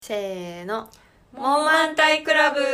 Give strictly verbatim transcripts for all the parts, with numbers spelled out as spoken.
せーの、モンマンタイクラブ。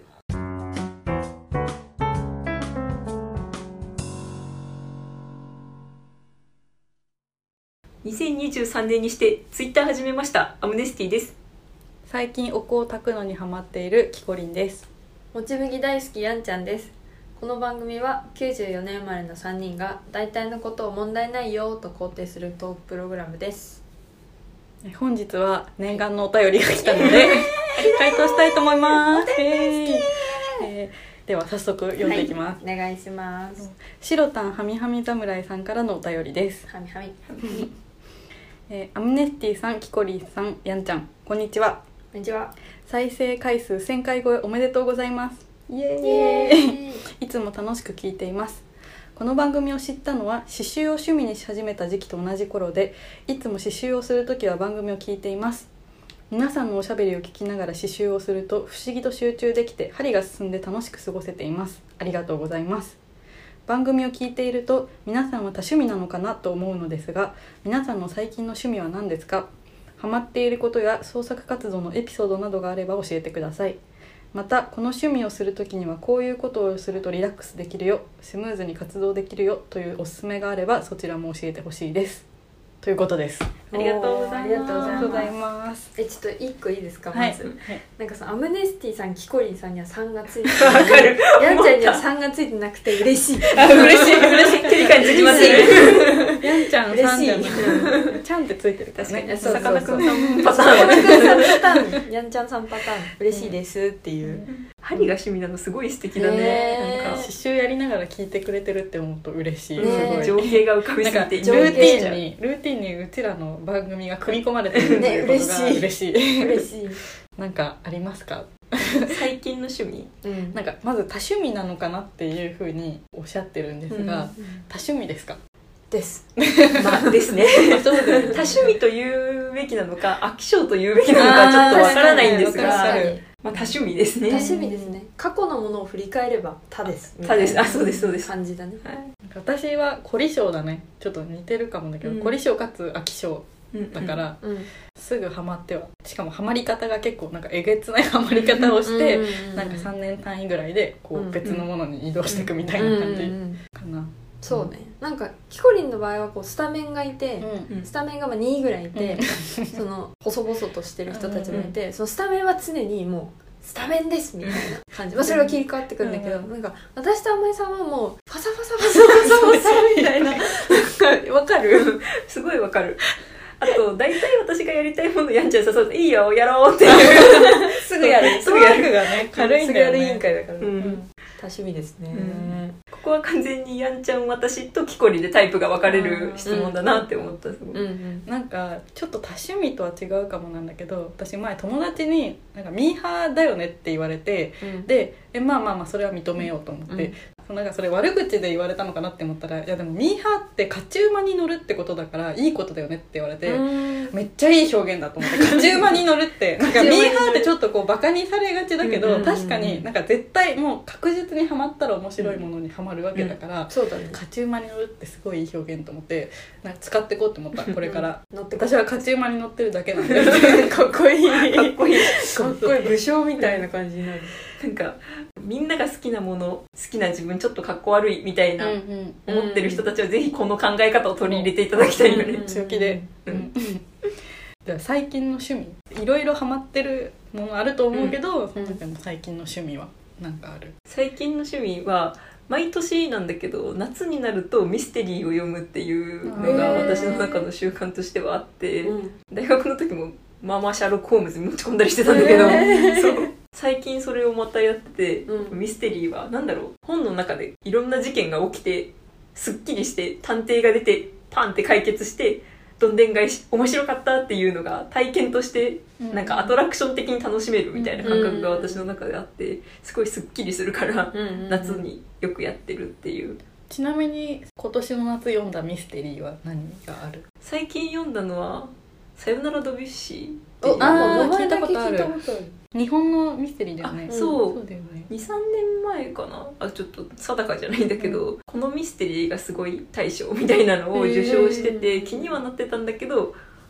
にせんにじゅうさんねんにしてツイッター始めましたアムネスティです。 最近お香を炊くのにハマっているキコリンです。 もち麦大好きやんちゃんです。この番組はきゅうじゅうよねん生まれのさんにんが大体のことを問題ないよと肯定するトークプログラムです。 本日は念願のお便りが来たので回答したいと思います。えー、では早速読んでいきます。 はい、お願いします。 白タンはみはみ侍さんからのお便りです。 はみはみえー、アムネスティさん、キコリンさん、やんちゃん、こんにちは。 こんにちは。 再生回数せんかい超えおめでとうございます。イエーイ、 イエーイいつも楽しく聞いています。この番組を知ったのは刺繍を趣味にし始めた時期と同じ頃で、いつも刺繍をするときは番組を聞いています。皆さんのおしゃべりを聞きながら刺繍をすると不思議と集中できて針が進んで楽しく過ごせています。ありがとうございます。番組を聞いていると皆さんは多趣味なのかなと思うのですが、皆さんの最近の趣味は何ですか？ハマっていることや創作活動のエピソードなどがあれば教えてください。またこの趣味をするときにはこういうことをするとリラックスできるよ、スムーズに活動できるよというおすすめがあればそちらも教えてほしいです、ということです。 ありがとうございます。 ありがとうございます。 ありがとうございます。 え、ちょっと一個いいですか、 はい、 まず、 はい、 なんかさ、アムネスティさん、キコリンさんにはさんがついてわかる。 やんちゃんにはさんがついてなくて嬉しい。 あ、嬉しい嬉しい。距離感縮まってる。 やんちゃんさんじゃな嬉しくてちゃんってついてるからね。 確かにそうそうそうさかなクンさんパターンさかなクンさんパターン、やんちゃんさんパターン、嬉しいですっていう。 針が趣味なのすごい素敵だね。 ねなんか刺繍やりながら聞いてくれてるって思うと嬉しい。 ねすごい。 情景が浮かびすぎてなんかルー情景ティンにルーティンにうちらの番組が組み込まれてるっていうことがね嬉しい。 嬉しい。 なんかありますか？ 最近の趣味。 うん。 なんかまず多趣味なのかなっていうふうにおっしゃってるんですが、 うん多趣味ですか？ です。 まあですね。 そうだよね。 多趣味と言うべきなのか飽き性と言うべきなのかちょっとわからないんですあー確かが、 にまあ多趣味ですね。 多趣味ですね。過去のものを振り返れば多です。 多です。あ、そうですそうです。 感じだね。 はい。 私は凝り性だね。ちょっと似てるかもだけど、 うん凝り性かつ飽き性うんだから、 うん。 すぐハマっては、しかもハマり方が結構なんかえげつないハマり方をして、なんかさんねん単位ぐらいでこうんう別のものに移動していくみたいな感じかな。 そうね。なんかキコリンの場合はこうスタメンがいて、 うんうんスタメンがまあにいぐらいいて、その細々としてる人たちもいて、そのスタメンは常にもうスタメンですみたいな感じ、まあ、それが切り替わってくるんだけど、 うんなんか私と甘井さんはもうファサファサファサファサファサみたいな、なんかわかる？ すごいわかる。あと大体私がやりたいものやんちゃん誘うといいよやろうっていうすぐやる。 すぐやる。 がね軽いんだよすぐやる委員ね。 会だから、 うん多趣味ですね、 うんここは完全にやんちゃん私とキコリでタイプが分かれる質問だなって思った。すごいうんうんなんかちょっと多趣味とは違うかもなんだけど、私前友達になんかミーハーだよねって言われて、 うんでえまあまあまあそれは認めようと思って、 うんそのなんかそれ悪口で言われたのかなって思ったら、いやでもミーハーって勝ち馬に乗るってことだからいいことだよねって言われて、 うんめっちゃいい表現だと思って、勝ち馬に乗るってなんかミーハーってちょっとこうバカにされがちだけど、 うんうんうん確かになんか絶対もう確実にハマったら面白いものにハマるわけだから、 そうだね、 勝ち馬に乗るってすごいいい表現と思ってなんか使っていこうと思ったこれから乗ってこ私は勝ち馬に乗ってるだけなんでかっこいいかっこいい。 かっこいい武将みたいな感じになる。 なんかみんなが好きなもの好きな自分ちょっとかっこ悪いみたいな、 うんうん思ってる人たちはぜひこの考え方を取り入れていただきたいよね。 うん強気で、 うんうんでは最近の趣味いろいろハマってるものあると思うけど、その中でも最近の趣味は何かある？ 最近の趣味は毎年なんだけど夏になるとミステリーを読むっていうのがへー私の中の習慣としてはあって、 うん大学の時もまあまあシャーロック・ホームズに持ち込んだりしてたんだけど、そう最近それをまたやってて、 うんミステリーはなんだろう、本の中でいろんな事件が起きてすっきりして探偵が出てパンって解決してどんでん返し面白かったっていうのが体験としてなんかアトラクション的に楽しめるみたいな感覚が私の中であってすごいすっきりするから夏によくやってるっていう。 ちなみに今年の夏読んだミステリーは何がある？ 最近読んだのはさよならドビュッシーっていうお、あ、 あー名前だけ聞いたことある聞いたことある。 日本のミステリーだよね。 あそうそうだよね。 にさんねんまえかなあ、ちょっと定かじゃないんだけど、このミステリーがすごい大賞みたいなのを受賞してて気にはなってたんだけど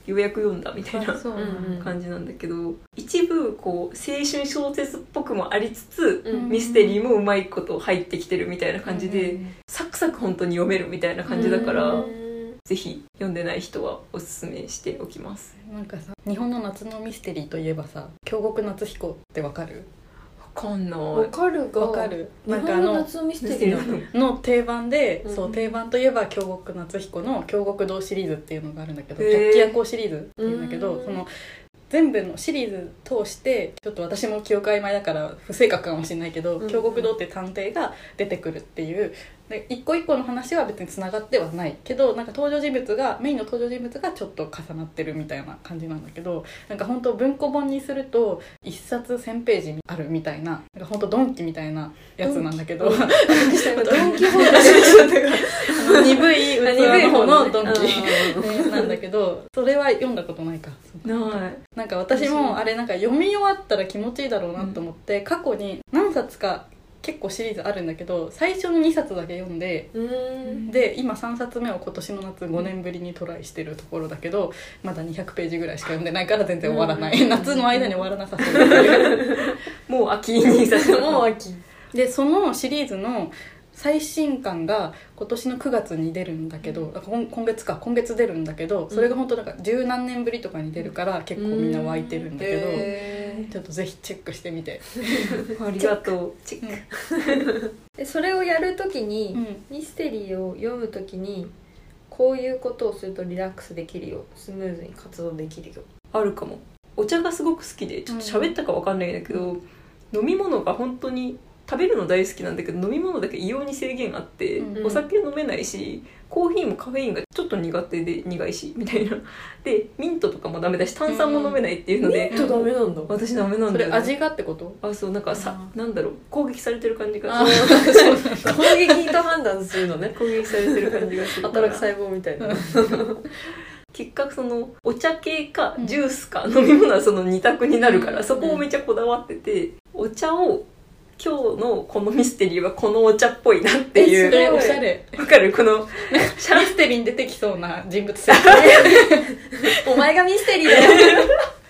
ようやく読んだみたいなそううんうん感じなんだけど、一部こう青春小説っぽくもありつつ、 うんミステリーもうまいこと入ってきてるみたいな感じで、 うんサクサク本当に読めるみたいな感じだから、 うんぜひ読んでない人はおすすめしておきます。 なんかさ、日本の夏のミステリーといえばさ、京極夏彦ってわかる？ わかんない。 わかるがわかる。 日なんかあ本のの夏のミステリーなのの定番で、 うんそう定番といえば京極夏彦の京極堂シリーズっていうのがあるんだけど、 へー百鬼夜行シリーズっていうんだけど、 うんその全部のシリーズ通してちょっと私も記憶曖昧だから不正確かもしれないけど、 うん京極堂って探偵が出てくるっていうで一個一個の話は別に繋がってはないけど、なんか登場人物がメインの登場人物がちょっと重なってるみたいな感じなんだけど、なんか本当文庫本にすると一冊せんページあるみたいな、なんか本当ドンキみたいなやつなんだけど、 ドンキホーテ鈍い器の方のドンキ、 うんね、なんだけど、それは読んだことないか。 ない。 なんか私もあれなんか読み終わったら気持ちいいだろうなと思って、うん、過去に何冊か結構シリーズあるんだけど、最初のにさつだけ読んで、 うんで今さんさつめを今年の夏ごねんぶりにトライしてるところだけど、まだにひゃくページぐらいしか読んでないから全然終わらない、 うん夏の間に終わらなさそうっていうもう秋にさせもう秋でそのシリーズの最新刊が今年のくがつに出るんだけど、今今月か今月出るんだけど、それが本当なんか十何年ぶりとかに出るから結構みんな湧いてるんだけど、 へちょっとぜひチェックしてみて。 ありがとう。チェック。 でそれをやるときに、 うんミステリーを読むときにこういうことをするとリラックスできるよ、スムーズに活動できるよ。 あるかも。お茶がすごく好きでちょっと喋ったかわかんないんだけど、飲み物が本当に食べるの大好きなんだけど、飲み物だけ異様に制限あって、 うんお酒飲めないし、コーヒーもカフェインがちょっと苦手で苦いしみたいな。でミントとかもダメだし炭酸も飲めないっていうので、 ミントダメなんだ。 私ダメなんそれだよ、ね、 味がってこと？ あ、そう、なんかさ、 あなんだろう、攻撃されてる感じがあする。 攻撃と判断するのね。 攻撃されてる感じがする。 働く細胞みたいな。 結果そのお茶系かジュースか飲み物はその二択になるから、 うんそこをめっちゃこだわってて、お茶を今日のこのミステリーはこのお茶っぽいなっていそれう。 おしゃれ。 わかる？このミステリーに出てきそうな人物性。 お前がミステリーだよ。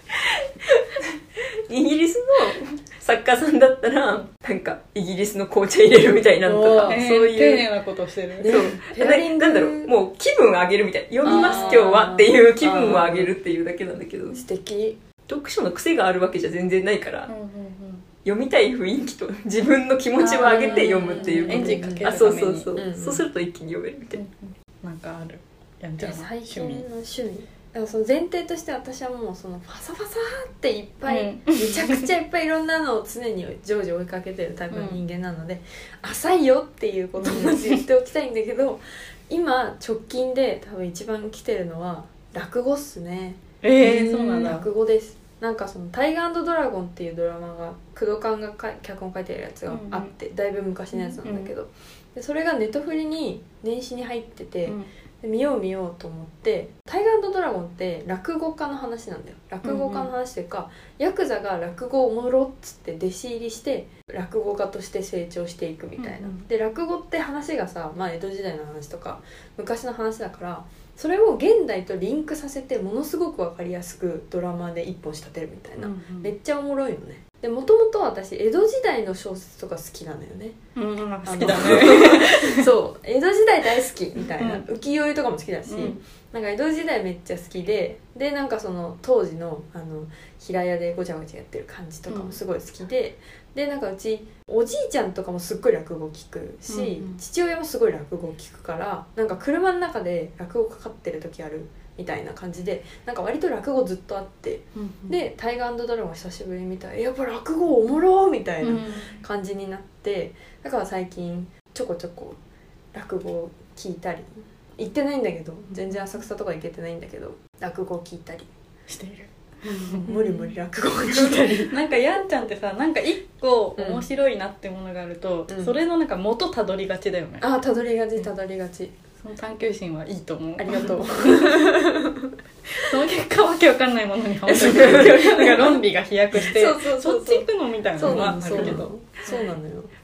イギリスの作家さんだったらなんかイギリスの紅茶入れるみたいなのとか、 おーそういう丁寧なことをしてる。 ねそうペアリングななんだろう、もう気分を上げるみたいな、読みますあー今日はっていう気分を上げるっていうだけなんだけど、 素敵。 読書の癖があるわけじゃ全然ないから、 うんうんうん読みたい雰囲気と自分の気持ちを上げて読むっていうことエンジンかけるために。 あ、そうそうそう、 うんそうすると一気に読めるみたいな。 なんかある。やんちゃな最趣味。 近の趣味。だからその前提として私はもうそのファサファサーっていっぱい、 うんめちゃくちゃいっぱいいろんなのを常に常時追いかけてるタイプの人間なので、浅いよっていうことをまず言っておきたいんだけど、今直近で多分一番来てるのは落語っすね。 えー、そうなんだ。 落語です。なんかその「タイガー&ドラゴン」っていうドラマが工藤官がか脚本書いてるやつがあって、だいぶ昔のやつなんだけど、でそれがネットフリに年始に入ってて、 うんで見よう見ようと思って「タイガー&ドラゴン」って落語家の話なんだよ。落語家の話というか、ヤクザが落語おもろっつって弟子入りして落語家として成長していくみたいな、 うんうんで落語って話がさ、まあ、江戸時代の話とか昔の話だから、それを現代とリンクさせてものすごく分かりやすくドラマで一本仕立てるみたいな、 うんうんめっちゃおもろいのね。でもともと私江戸時代の小説とか好きなのよね。 うん、好あのきだね。 そう江戸時代大好きみたいな、 うん浮世絵とかも好きだし、 うんなんか江戸時代めっちゃ好きで、でなんかその当時のあの平屋でごちゃごちゃやってる感じとかもすごい好きで、でなんかうちおじいちゃんとかもすっごい落語聞くし、 うんうん父親もすごい落語聞くから、なんか車の中で落語かかってる時あるみたいな感じで、なんか割と落語ずっとあって、 うんで「タイガー&ドラゴン」久しぶりに見たらやっぱ落語おもろーみたいなうん感じになって、だから最近ちょこちょこ落語聞いたり、行ってないんだけど全然浅草とか行けてないんだけど落語聞いたりしている。 無理無理落語聞いたりなんかやんちゃんってさ、なんか一個面白いなってものがあると、 うんそれのなんか元たどりがちだよね。 ああたどりがちたどりがち、 その探求心はいいと思う。 ありがとうその結果わけわかんないものにハマってるなんか論理が飛躍してそうそうそうそうそっち行くのみたいなそうなのはあのそうなのるけど、 そうなのよ。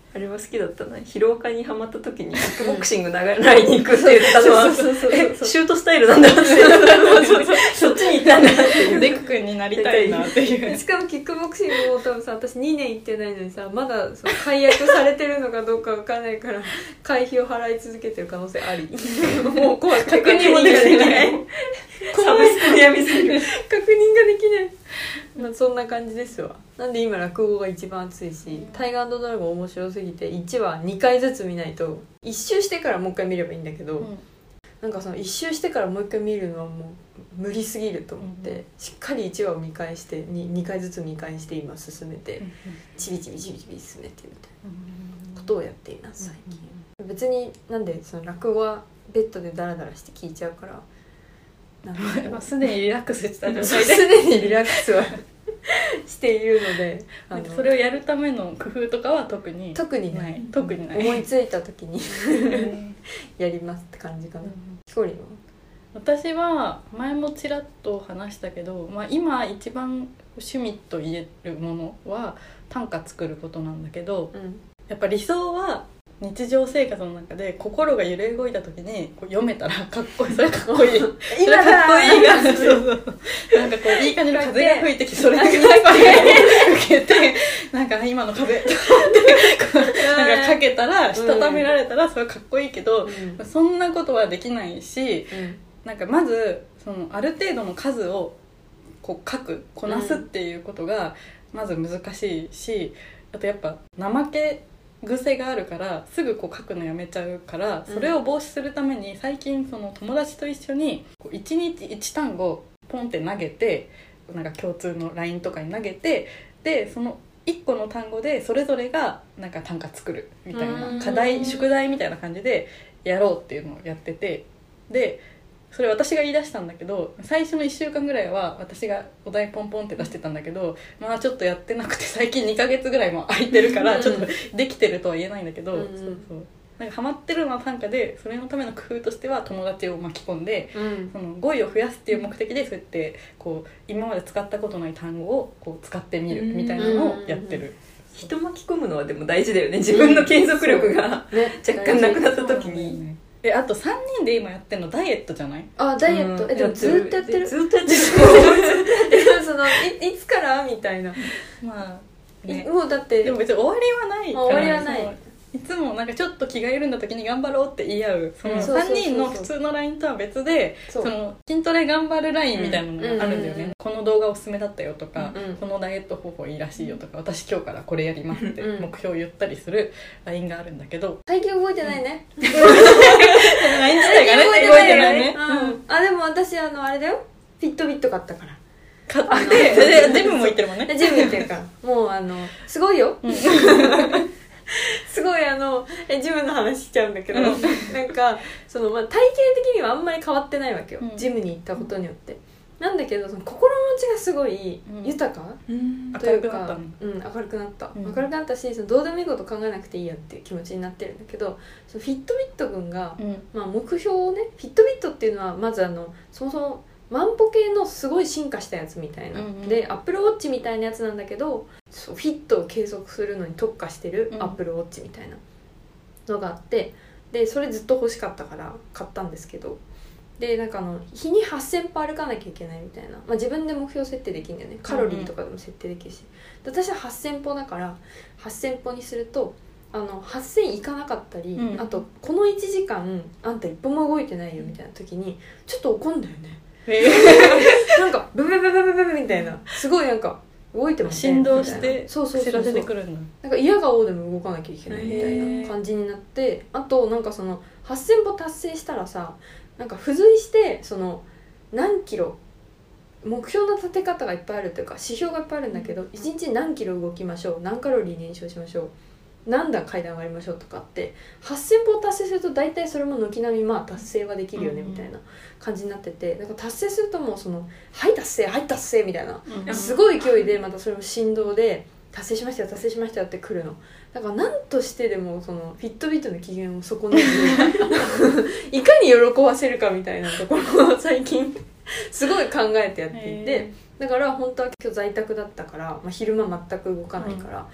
あれは好きだったな。ヒロアカにハマった時にキックボクシング習いに行くって言ったのはえシュートスタイルなんだってそっちに行ったんだっていうデク君になりたいなっていうしかもキックボクシングも多分さ私にねん行ってないのにさまだその解約されてるのかどうかわかんないから会費を払い続けてる可能性ありもう怖い確認もできないサブスクでやみすぎる確認ができない、まあ、そんな感じですわ。なんで今落語が一番熱いしタイガー&ドラゴン面白すぎていちわにかいずつ見ないといっ周してからもう一回見ればいいんだけど、うん、なんかそのいっ周してからもう一回見るのはもう無理すぎると思って、うん、しっかりいちわを見返して 2, にかいずつ見返して今進めて、うん、ちびちびちびちび進めてみたいなことをやっています最近、うん、別になんでその落語はベッドでダラダラして聞いちゃうからなんかすでにリラックスした状態ですでにリラックスはしているのであのそれをやるための工夫とかは特に特にない、 特にない思いついた時にやりますって感じかな。ひこりんは私は前もちらっと話したけど、まあ、今一番趣味と言えるものは短歌作ることなんだけど、うん、やっぱ理想は日常生活の中で心が揺れ動いた時にこう読めたらかっこいい、それかっこいいそれかっこいいがそうそうなんかこういい感じの風が吹いてきてそれがかっこいい受けてなんか今の風なんかかけたらしたためられたらそれはかっこいいけど、うん、そんなことはできないし、うん、なんかまずそのある程度の数をこう書くこなすっていうことがまず難しいし、あとやっぱ怠け癖があるからすぐこう書くのやめちゃうから、それを防止するために最近その友達と一緒にこういちにちいち単語ポンって投げてなんか共通の ライン とかに投げて、でそのいっこの単語でそれぞれがなんか短歌作るみたいな課題宿題みたいな感じでやろうっていうのをやってて、でそれ私が言い出したんだけど最初のいっしゅうかんぐらいは私がお題ポンポンって出してたんだけど、まあちょっとやってなくて最近にかげつぐらいも空いてるからちょっとできてるとは言えないんだけど、うん、そうそうなんかハマってるのは短歌で、それのための工夫としては友達を巻き込んで、うん、その語彙を増やすっていう目的でそうやってこう今まで使ったことない単語をこう使ってみるみたいなのをやってる。 人巻き込むのはでも大事だよね。自分の継続力が、ね、若干なくなった時に。 えあとさんにんで今やってるのダイエットじゃない？ あダイエット、うん、えでもずっとやってるずっとやってるでもその い, いつからみたいなまあ、ね、 もうだってでも別に終わりはないから、 終わりはない、 いつもなんかちょっと気が緩んだ時に頑張ろうって言い合うそのさんにんの普通の ライン とは別でその筋トレ頑張る ライン みたいなのがあるんだよね、うんうんうん、この動画おすすめだったよとか、うんうん、このダイエット方法いいらしいよとか、私今日からこれやりますって目標を言ったりする ライン があるんだけど、 最近動いてないね、うん、 ライン 自体がね動いてないよね、 うん、あでも私あのあれだよフィットビット買ったから買ってジムも行ってるもんねジム行ってるからもうあのすごいよ、うんすごいあのえジムの話しちゃうんだけど、うん、なんかその、まあ、体型的にはあんまり変わってないわけよ、うん、ジムに行ったことによってなんだけどその心持ちがすごい豊か、うん、というか、うん、明るくなった、うん、明るくなったしそのどうでもいいこと考えなくていいやっていう気持ちになってるんだけど、そのフィットビット君が、うんまあ、目標をねフィットビットっていうのはまずあのそもそも万歩計のすごい進化したやつみたいな、うんうん、でアップルウォッチみたいなやつなんだけどそうフィットを計測するのに特化してるアップルウォッチみたいなのがあって、でそれずっと欲しかったから買ったんですけど、でなんかあの日にはっせんぽ歩かなきゃいけないみたいな、まあ、自分で目標設定できるんだよね、カロリーとかでも設定できるし、うんうん、で私ははっせんぽだからはっせんぽにするとあのはっせんいかなかったり、うん、あとこのいちじかんあんた一歩も動いてないよみたいな時にちょっと怒んだよねなんかブブブブブブブみたいなすごいなんか動いてますね振動してそうそうそうそう知らせてくるんだ。 なんか嫌顔でも動かなきゃいけないみたいな感じになって、あとなんかそのはっせんぽ達成したらさなんか付随してその何キロ目標の立て方がいっぱいあるというか指標がいっぱいあるんだけど、いちにち何キロ動きましょう、何カロリー燃焼しましょう、何段階段上がりましょうとかってはっせんぽ達成すると大体それも軒並みまあ達成はできるよねみたいな感じになってて、なんか達成するともうそのはい達成はい達成みたいな、うん、すごい勢いでまたそれも振動で達成しましたよ達成しましたよって来るのだから何としてでもそのフィットビットの機嫌を損ねずいかに喜ばせるかみたいなところを最近すごい考えてやっていて、だから本当は今日在宅だったから、まあ、昼間全く動かないから、うん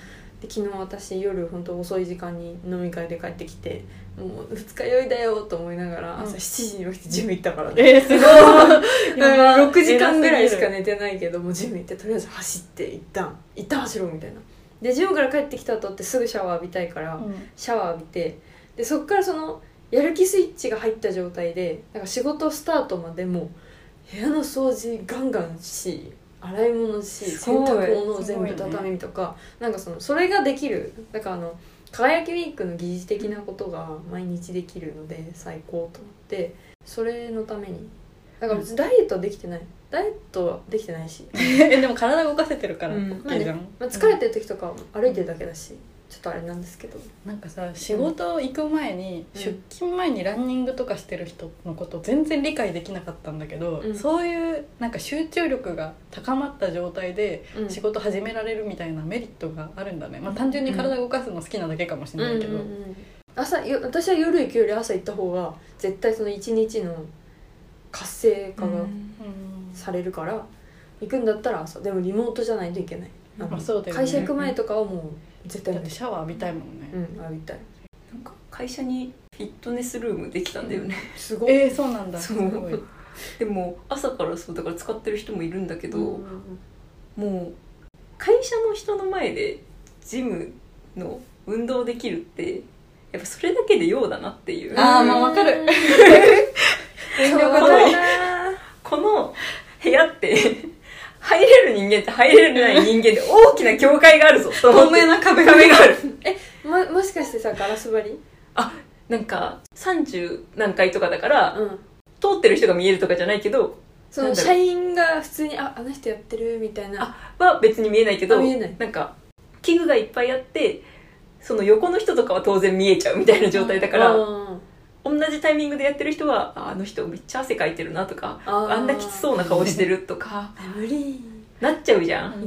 で昨日私夜本当遅い時間に飲み会で帰ってきてもう二日酔いだよと思いながら朝しちじに起きてジム行ったからね、 えー、すごいやばろくじかんぐらいしか寝てないけどもうジム行ってとりあえず走って一旦一旦走ろうみたいなでジムから帰ってきた後ってすぐシャワー浴びたいから、うん、シャワー浴びてでそっからそのやる気スイッチが入った状態でなんか仕事スタートまでも部屋の掃除ガンガンし洗い物し洗濯物を全部畳みとか、ね、なんかそのそれができるだからあの輝きウィークの疑似的なことが毎日できるので最高と思ってそれのためにだから別にダイエットはできてない、うん、ダイエットはできてないしでも体動かせてるから、うん OK じゃん、 まあ、疲れてる時とか歩いてるだけだし、うんちょっとあれなんですけどなんかさ仕事行く前に、うん、出勤前にランニングとかしてる人のこと全然理解できなかったんだけど、うん、そういうなんか集中力が高まった状態で仕事始められるみたいなメリットがあるんだね、まあ、単純に体動かすの好きなだけかもしれないけど、うんうんうん、 朝よ私は夜行くより朝行った方が絶対その一日の活性化がされるから、うん、行くんだったら朝でもリモートじゃないといけない、 まあそうだよね、 会社行く前とかはもう絶対だってシャワー浴びたいもんね、 うん浴びたいなんか会社にフィットネスルームできたんだよね、 うん、すごいえー、そうなんだそうすごいでも朝からそうだから使ってる人もいるんだけど、うんうんうん、もう会社の人の前でジムの運動できるってやっぱそれだけで用だなっていうあーまあわかるこのこの部屋って入れる人間って入れない人間で大きな境界があるぞと思って透明な壁があるえ、も、もしかしてさガラス張りあ、なんかさんじゅう何階とかだから、 うん、 通ってる人が見えるとかじゃないけどその社員が普通にあ、あの人やってるみたいなあは別に見えないけど見えないなんか器具がいっぱいあってその横の人とかは当然見えちゃうみたいな状態だから、うん同じタイミングでやってる人は あ, あの人めっちゃ汗かいてるなとか あ, あんなきつそうな顔してるとか無理なっちゃうじゃん、 うん、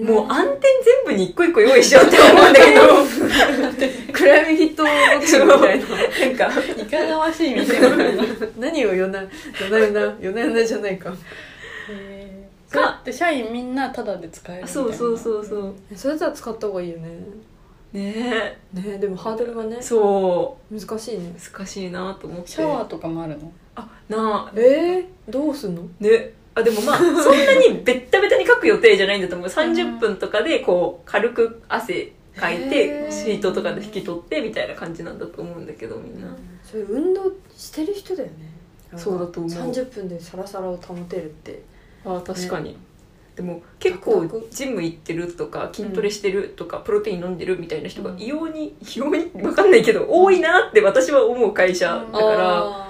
もう暗転全部に一個一個用意しようって思うんだけどクライミフィットボクシングみたいななんかいかがわしいみたいな何を夜な夜な夜な夜な夜なじゃないかへーそれって社員みんなタダで使えるみたいなそうそうそうそうそれだったら使った方がいいよねねえねえでもハードルがねそう難しいね難しいなと思ってシャワーとかもあるのあなあえー、どうすんのねあでもまあそんなにベッタベタにかく予定じゃないんだと思うさんじゅっぷんとかでこう軽く汗かいてシートとかで拭き取ってみたいな感じなんだと思うんだけどみんな、うん、 それ運動してる人だよねそうだと思うさんじゅっぷんでサラサラを保てるってあ確かに、ねでも結構ジム行ってるとか筋トレしてるとか、うん、プロテイン飲んでるみたいな人が異様に異様に分かんないけど多いなって私は思う会社だから、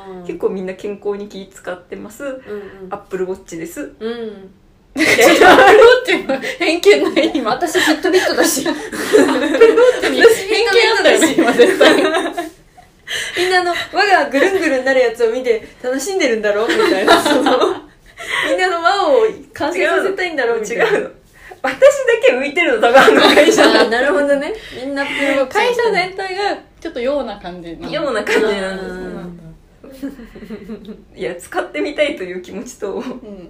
うん、結構みんな健康に気使ってます、うんうん、アップルウォッチです、 うん、 アップルウォッチも偏見ない今私フィットビットだしアップルウォッチに偏見あったよね今絶対みんなの輪がぐるんぐるんなるやつを見て楽しんでるんだろみたいなそのみんなの輪を完成させたいんだろうみたいな違うの私だけ浮いてるの多分あの会社あなるほどねみんな会社全体がちょっとような感じなような感じなんですねいや使ってみたいという気持ちと、うん、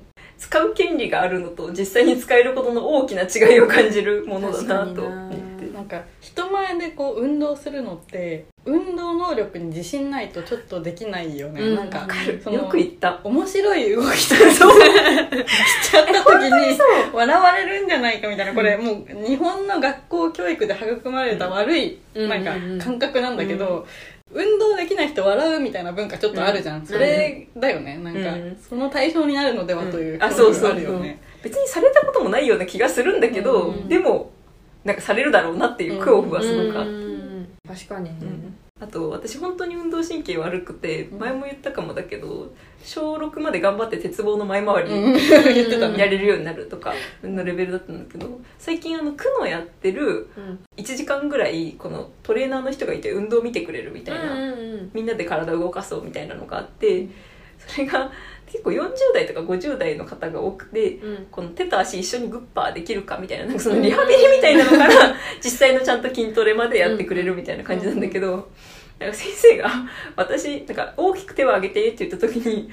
使う権利があるのと実際に使えることの大きな違いを感じるものだなと思ってなんか人前でこう運動するのって運動能力に自信ないとちょっとできないよね、うん、なんかそのよく言った面白い動きとかしちゃった時に笑われるんじゃないかみたいなこれもう日本の学校教育で育まれた悪いなんか感覚なんだけど、うんうん、運動できない人笑うみたいな文化ちょっとあるじゃん、うん、それだよねなんか、うん、その対象になるのではという、 うん、あそうそうあるよね別にされたこともないような気がするんだけど、うん、でもなんかされるだろうなっていう恐怖はすごくあって、うん、 確かに、ねうん、 あと私本当に運動神経悪くて前も言ったかもだけど小ろくまで頑張って鉄棒の前回りやれるようになるとかのレベルだったんだけど最近あの区のやってるいちじかんぐらいこのトレーナーの人がいて運動見てくれるみたいな、うんうんうん、みんなで体を動かそうみたいなのがあってそれが結構よんじゅう代とかごじゅう代の方が多くて、うん、この手と足一緒にグッパーできるかみたいな、なんかそのリハビリみたいなのから実際のちゃんと筋トレまでやってくれるみたいな感じなんだけど、なんか先生が私なんか大きく手を挙げてって言った時に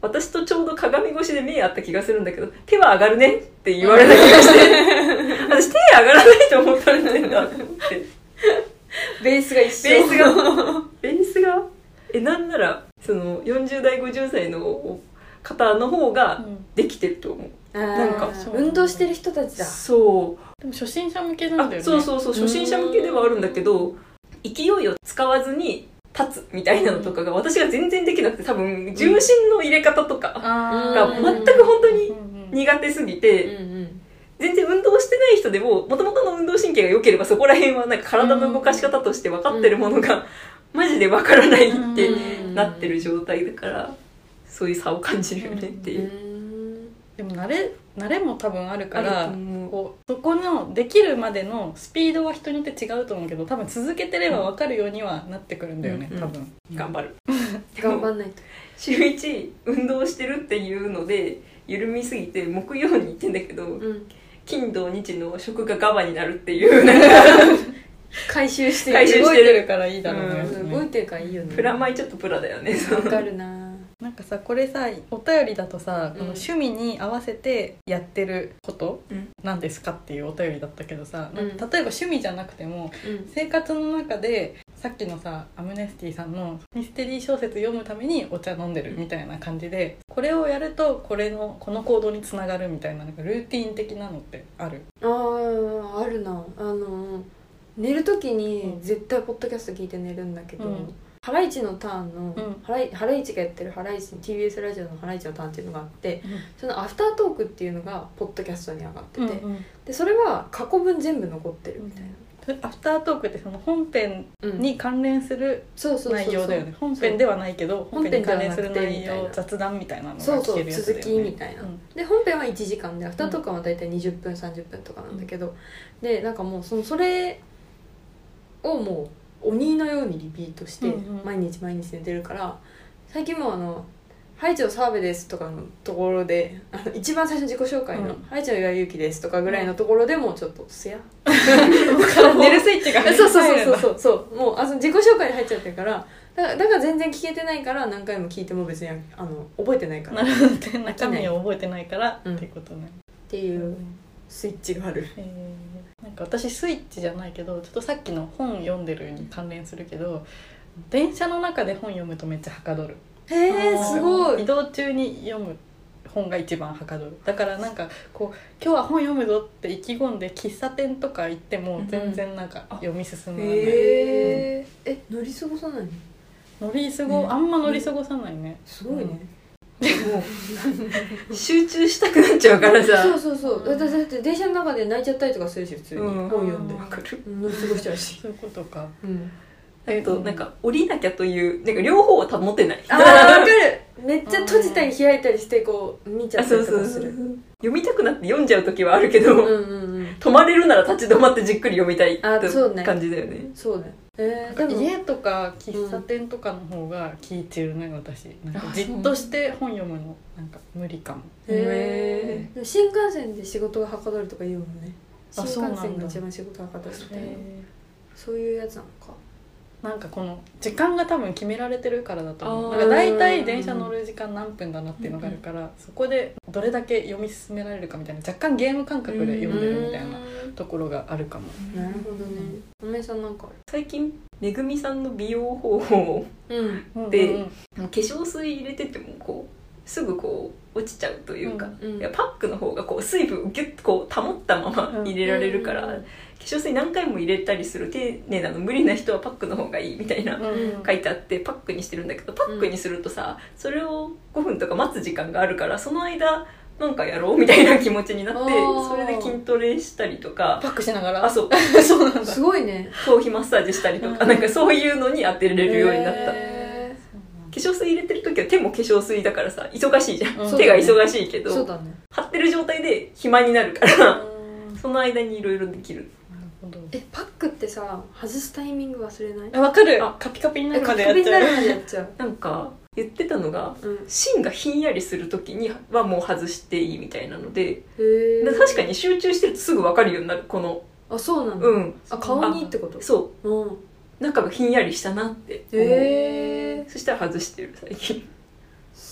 私とちょうど鏡越しで目合った気がするんだけど、手は上がるねって言われた気がして私手上がらないと思ったんだよなと思ってベースが一緒。 ベースがベースがえなんならそのよんじゅう代ごじゅっさいの方の方ができてると思う、 あなんかー運動してる人たちだ。 そうでも初心者向けなんだよね。 あそうそうそう初心者向けではあるんだけど、勢いを使わずに立つみたいなのとかが私が全然できなくて、多分重心の入れ方とかあがー全く本当にうんうん苦手すぎて、 うんうん全然運動してない人でも元々の運動神経が良ければそこら辺はなんか体の動かし方として分かってるものがマジで分からないってうんなってる状態だから、そういう差を感じるよねっていうう。 んでも慣れ慣れも多分あるかあるら、 と思うこうそこのできるまでのスピードは人によって違うと思うけど、多分続けてれば分かるようにはなってくるんだよね、 うん多分。 頑張る。 頑張んないと。 週いち運動してるっていうので緩みすぎて木曜に行ってんだけど、 うん金土日の食がガバになるっていうなんか回収して回収る。 動いてるからいいだろうね。 うん動いてるからいいよね。 プラマイちょっとプラだよね。 わかるな。 なんかさこれさお便りだとさ、 うんこの趣味に合わせてやってることうんなんですかっていうお便りだったけどさ、 うんなんか例えば趣味じゃなくてもうん生活の中でさっきのさアムネスティさんのミステリー小説読むためにお茶飲んでるみたいな感じで、これをやるとこれのこの行動につながるみたいな、なんかルーティン的なのってある？ あーあるな。あの寝る時に絶対ポッドキャスト聞いて寝るんだけど、 うんハライチのターンの、 うんハライハライチがやってるハライチ ティービーエス ラジオのハライチのターンっていうのがあって、そのアフタートークっていうのがポッドキャストに上がってて、 うんうんでそれは過去分全部残ってるみたいな、 それアフタートークってその本編うんに関連するそうそうそうそう内容だよね。本編ではないけど本編に関連する本編内容ではなくてみたいな雑談みたいなのがそうそう聞けるやつだよね。 続きみたいな、 うんで本編はいちじかんでアフタートークはだいたいにじゅっぷんさんじゅっぷんとかなんだけど、でなんかもうそのそれをもう鬼のようにリピートしてうんうん毎日毎日寝てるから、最近もうあの「ハイチの澤部です」とかのところであの一番最初の自己紹介のうん 「ハイチの岩井ゆきです」とかぐらいのところでもちょっとすや寝るスイッチがそうそうそう入るんだそうそうそうもうあその自己紹介に入っちゃってるからだからだから全然聞けてないから何回も聞いても別にあの覚えてないからっなるほどね。中身を覚えてないからうんっていうことね。 ていうスイッチがある。 えーなんか私スイッチじゃないけどちょっとさっきの本読んでるに関連するけど、電車の中で本読むとめっちゃはかどる。 へえすごい。 移動中に読む本が一番はかどる。だからなんかこう今日は本読むぞって意気込んで喫茶店とか行っても全然なんか読み進まない、 へええ乗り過ごさないの？ 乗り過ご、 ねあんま乗り過ごさないね。 すごいね。 もう集中したくなっちゃうからさ。 そうそうそう。だってだって電車の中で泣いちゃったりとかするし普通にうん本読んでわかる。 乗り過ごしちゃうし。 そういうことか。 うん。 えっとなんか降りなきゃというなんか両方を保てない。 あーわかる。めっちゃ閉じたり開いたりしてこう見ちゃあったそうそうそうりとかする。 読みたくなって読んじゃう時はあるけど、 うんうんうん。 止まれるなら立ち止まってじっくり読みたいってあそうね感じだよね。 そうね。えー、でも家とか喫茶店とかの方が効いてるね、私なんかじっとして本読むのなんか無理かも。 へえ。新幹線で仕事がはかどるとか言うもんね。新あそうなんだ幹線が一番仕事がはかどるみたいな。 へそういうやつなのか。 ーなんかこの時間が多分決められてるからだと思う。 あーなんか大体電車乗る時間何分だなっていうのがあるから、そこでどれだけ読み進められるかみたいな若干ゲーム感覚で読んでるみたいなところがあるかも。 なるほどね。おめさんなんかあ最近めぐみさんの美容方法る？うん。 でうんうん化粧水入れててもこうすぐこう落ちちゃうというか、 うんうんいやパックの方がこう水分をギュッとこう保ったまま入れられるから、 うん化粧水何回も入れたりする丁寧なの無理な人はパックの方がいいみたいな、 うんうん書いてあってパックにしてるんだけどパックにするとさそれをごふんとか待つ時間があるからその間なんかやろうみたいな気持ちになってあーそれで筋トレしたりとかパックしながらあそうそうなんだ。 すごいね。 頭皮マッサージしたりとかうんなんかそういうのに当てれるようになった。 へ化粧水入れてる時は手も化粧水だからさ忙しいじゃん、 うん手が忙しいけど、 ーそうだね。 張ってる状態で暇になるからうんその間にいろいろできる。 なるほど。 えパックってさ外すタイミング忘れない？ あわかるあカピカピになえるカピカピになまでやっちゃう。 るまでやっちゃう。 なんか言ってたのがうん。 芯がひんやりする時にはもう外していいみたいなので、 へえ。 で確かに集中してるとすぐ分かるようになるこのあそうなんだ。 うんあ顔にってこと？。 そううん。 う中がひんやりしたなって思う、 へえ。 そしたら外してる最近。 す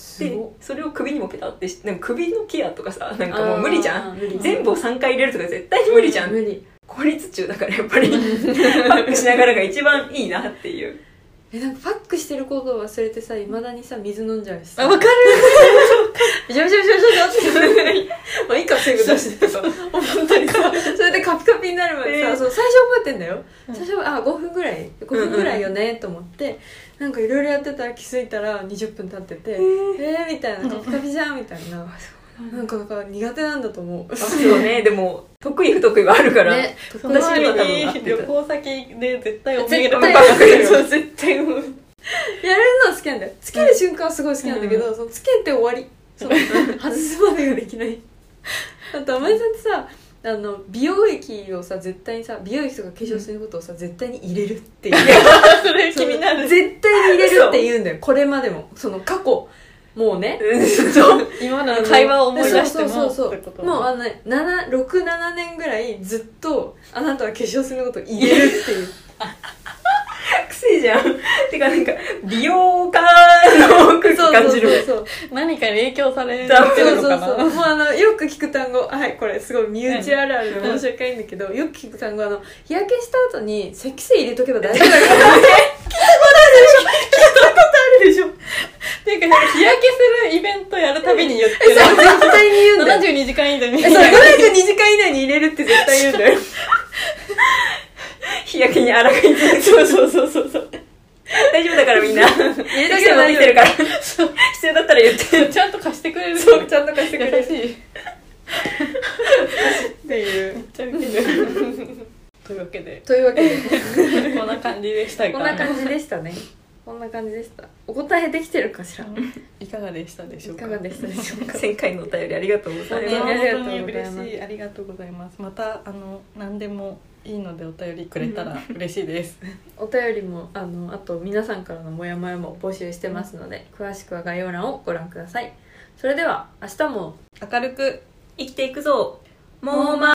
でごっそれを首にもペタってして、なんか首のケアとかさ、なんかもう無理じゃん。 あー無理全部をさんかい入れるとか絶対に無理じゃん、 無理。 効率中だからやっぱりパックしながらが一番いいなっていう。 えなんかパックしてることを忘れてさ、いまだにさ水飲んじゃうしさ、 あ分かるびしょびしょびしょびしょってまあいいか防ぐだしでさ本当にさそれでカピカピになるまでさ、 えーそう最初覚えてんだよ、 うん最初あごふんぐらいごふんぐらいよねと思って、なんかいろいろやってたら気づいたらにじゅっぷん経ってて、えー、みたいな、カピカピじゃんみたいな、なんかだから苦手なんだと思う。 そうね、でも得意不得意はあるから、 ね、 その前私は多分合ってにた旅行先で絶対お土産絶対バカ食えるそう絶対もうやれるのは好きなんだよ。つける瞬間はすごい好きなんだけど、そのつけて終わり、その外すまでができない。あと甘井さんってさ、あの美容液をさ絶対にさ、美容液とか化粧水のことをさ絶対に入れるっていうそれ気になる。 絶対に入れるって言うんだよ。これまでもその過去もうね、 そう今の会話を思い出してもそうそうそうそう、 ってこともうあのねろくななねんぐらいずっとあなたは化粧水のことを入れるっていう癖じゃん。てかなんか美容家の空気感じる。 そうそうそう何かに影響されてるそうそうのかな。 そうそう、もうあのよく聞く単語、はいこれすごい身内あるあるで申し訳ないんだけど、よく聞く単語、あの日焼けした後に石精入れとけば大丈夫だからあるでしょ。っていうか日焼けするイベントやるたびに言ってる。 そう絶対に言うんだよ。 ななじゅうにじかん以内に。 えそうななじゅうにじかん以内に入れるって絶対言うんだよ。 日焼けに抗い続ける。 そうそうそうそうそう。 大丈夫だからみんな。入れとれとけばできてるから。必要だったら言って。 ちゃんと貸してくれる。 そうちゃんと貸してくれる優しい。 っていう。 めっちゃウケる。というわけでというわけでこんな感じでしたが、 こんな感じでしたね。こんな感じでした。お答えできてるかしら。 いかがでしたでしょうか。 いかがでしたでしょうか。 前回のお便りありがとうございねます。 ありがとうございます本当に嬉しい、ありがとうございます。またあの何でもいいのでお便りくれたら嬉しいです。 お便りもあのあと皆さんからのモヤモヤも募集してますので、詳しくは概要欄をご覧ください。それでは明日も明るく生きていくぞ。もうま